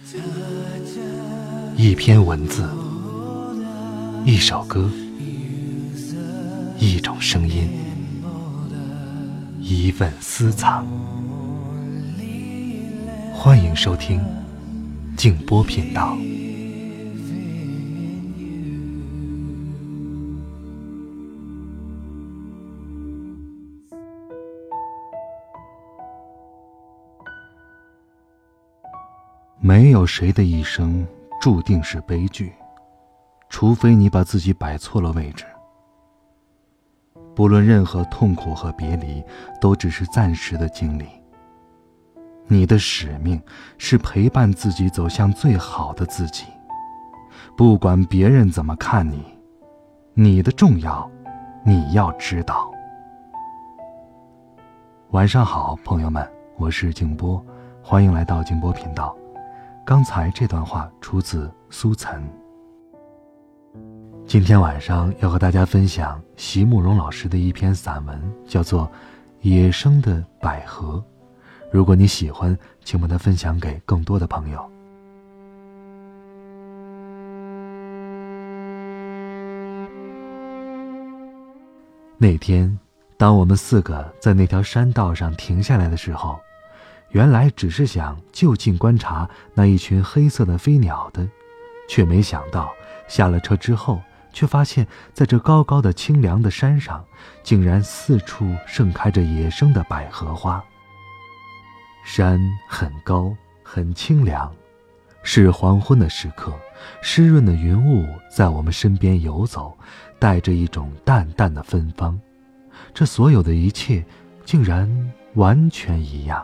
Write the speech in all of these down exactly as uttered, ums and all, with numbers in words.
一篇文字，一首歌，一种声音，一份私藏。欢迎收听静波频道。没有谁的一生注定是悲剧，除非你把自己摆错了位置。不论任何痛苦和别离，都只是暂时的经历。你的使命是陪伴自己走向最好的自己，不管别人怎么看你，你的重要你要知道。晚上好，朋友们，我是静波，欢迎来到静波频道。刚才这段话出自苏岑。今天晚上要和大家分享席慕容老师的一篇散文，叫做《野生的百合》。如果你喜欢，请把它分享给更多的朋友。那天，当我们四个在那条山道上停下来的时候，原来只是想就近观察那一群黑色的飞鸟的，却没想到下了车之后，却发现在这高高的清凉的山上，竟然四处盛开着野生的百合花。山很高很清凉，是黄昏的时刻，湿润的云雾在我们身边游走，带着一种淡淡的芬芳。这所有的一切竟然完全一样，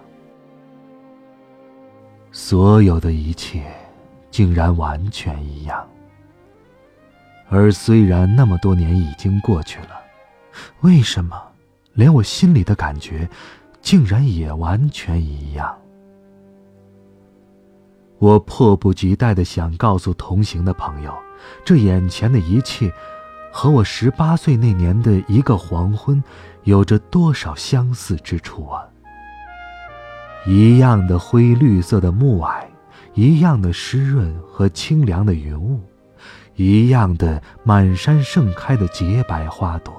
所有的一切竟然完全一样。而虽然那么多年已经过去了，为什么连我心里的感觉竟然也完全一样？我迫不及待地想告诉同行的朋友，这眼前的一切和我十八岁那年的一个黄昏有着多少相似之处啊！一样的灰绿色的暮霭，一样的湿润和清凉的云雾，一样的满山盛开的洁白花朵。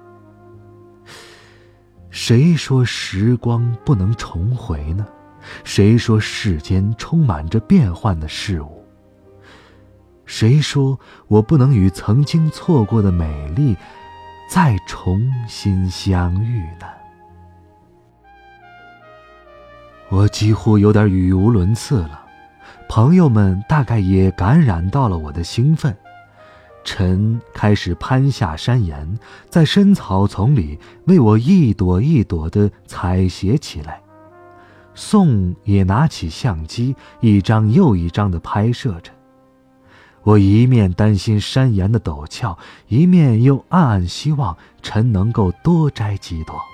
谁说时光不能重回呢？谁说世间充满着变幻的事物？谁说我不能与曾经错过的美丽再重新相遇呢？我几乎有点语无伦次了，朋友们大概也感染到了我的兴奋。晨开始攀下山岩，在深草丛里为我一朵一朵地采撷起来。宋也拿起相机，一张又一张地拍摄着。我一面担心山岩的陡峭，一面又暗暗希望陈能够多摘几朵。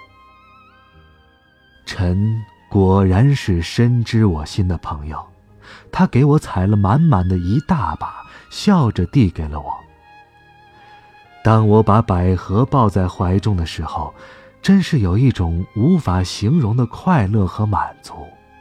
陈果然是深知我心的朋友，他给我采了满满的一大把，笑着递给了我。当我把百合抱在怀中的时候，真是有一种无法形容的快乐和满足。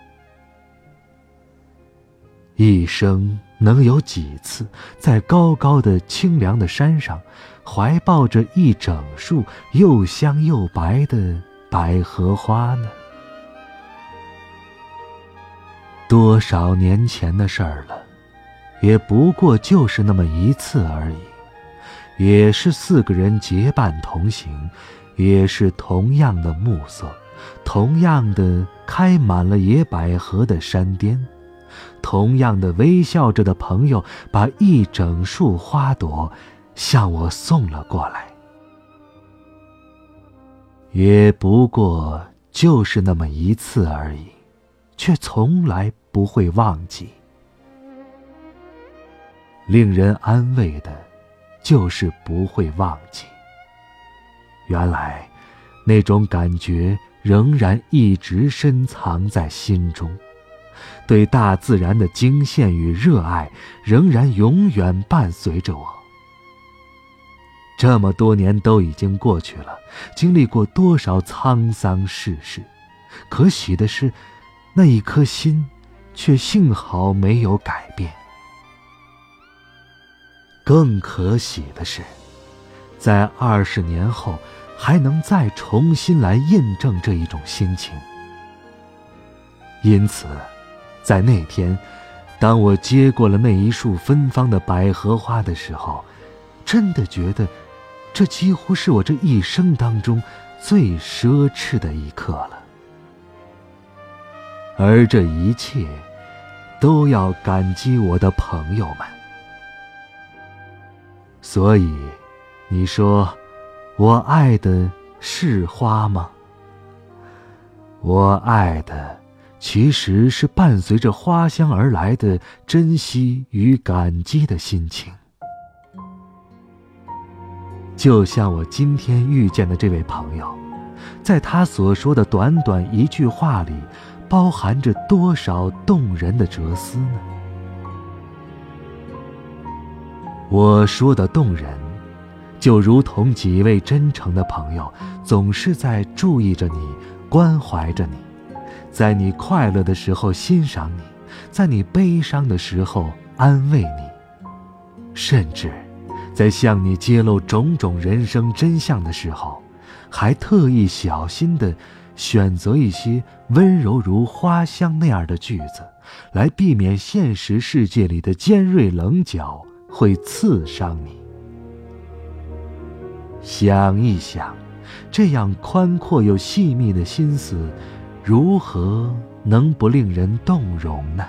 一生能有几次在高高的清凉的山上怀抱着一整束又香又白的百合花呢？多少年前的事儿了，也不过就是那么一次而已。也是四个人结伴同行，也是同样的暮色，同样的开满了野百合的山巅，同样的微笑着的朋友把一整束花朵向我送了过来。也不过就是那么一次而已，却从来不会忘记。令人安慰的就是不会忘记。原来那种感觉仍然一直深藏在心中，对大自然的惊羡与热爱仍然永远伴随着我。这么多年都已经过去了，经历过多少沧桑世事，可喜的是，那一颗心却幸好没有改变。更可喜的是，在二十年后还能再重新来印证这一种心情。因此在那天，当我接过了那一束芬芳的百合花的时候，真的觉得这几乎是我这一生当中最奢侈的一刻了。而这一切都要感激我的朋友们。所以你说我爱的是花吗？我爱的其实是伴随着花香而来的珍惜与感激的心情。就像我今天遇见的这位朋友，在他所说的短短一句话里，包含着多少动人的哲思呢？我说的动人，就如同几位真诚的朋友总是在注意着你，关怀着你，在你快乐的时候欣赏你，在你悲伤的时候安慰你，甚至在向你揭露种种人生真相的时候，还特意小心地选择一些温柔如花香那样的句子，来避免现实世界里的尖锐棱角会刺伤你。想一想，这样宽阔又细密的心思，如何能不令人动容呢？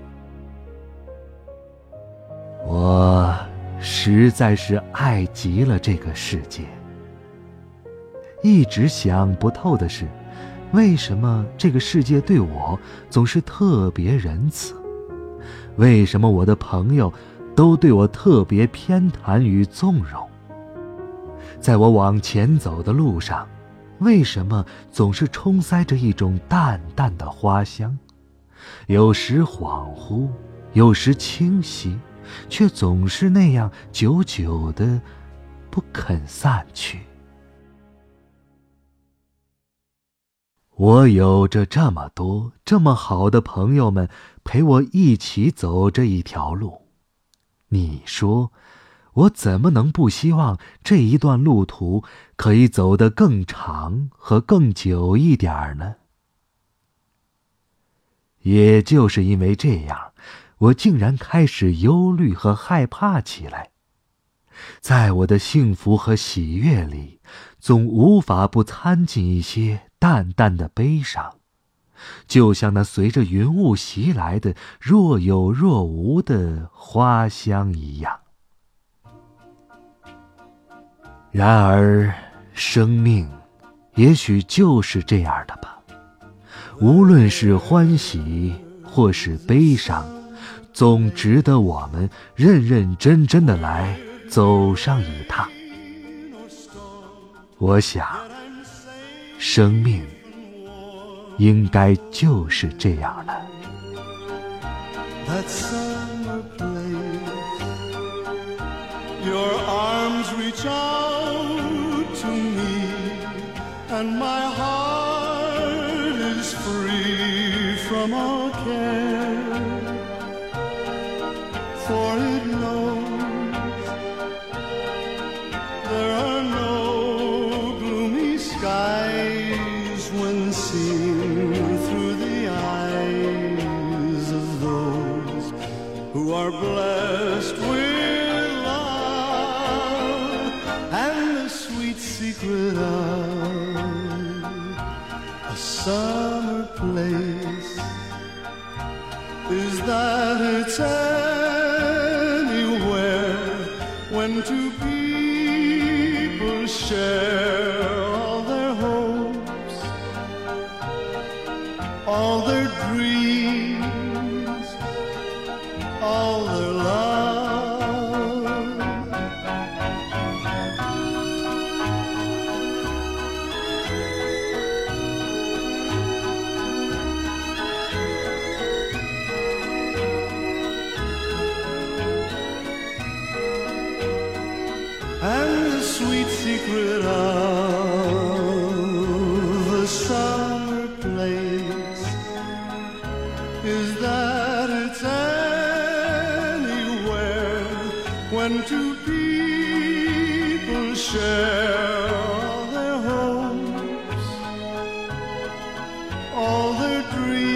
我实在是爱极了这个世界。一直想不透的是，为什么这个世界对我总是特别仁慈？为什么我的朋友都对我特别偏袒与纵容？在我往前走的路上，为什么总是充塞着一种淡淡的花香？有时恍惚，有时清晰，却总是那样久久的不肯散去。我有着这么多这么好的朋友们陪我一起走这一条路，你说我怎么能不希望这一段路途可以走得更长和更久一点呢？也就是因为这样，我竟然开始忧虑和害怕起来。在我的幸福和喜悦里，总无法不掺进一些淡淡的悲伤，就像那随着云雾袭来的若有若无的花香一样。然而生命也许就是这样的吧，无论是欢喜或是悲伤，总值得我们认认真真的来走上一趟。我想生命应该就是这样的。 That summer place, your arms reach out to me, and my heart is free from all care, for it knows there are no gloomy skies when seen through the eyes of those who are blessed with love, and the sweet secret of a summer place is that it's anywhere when two people share all their hopes, all their dreams, all their love. And the sweet secret of a summer place is that when two people share all their hopes, all their dreams.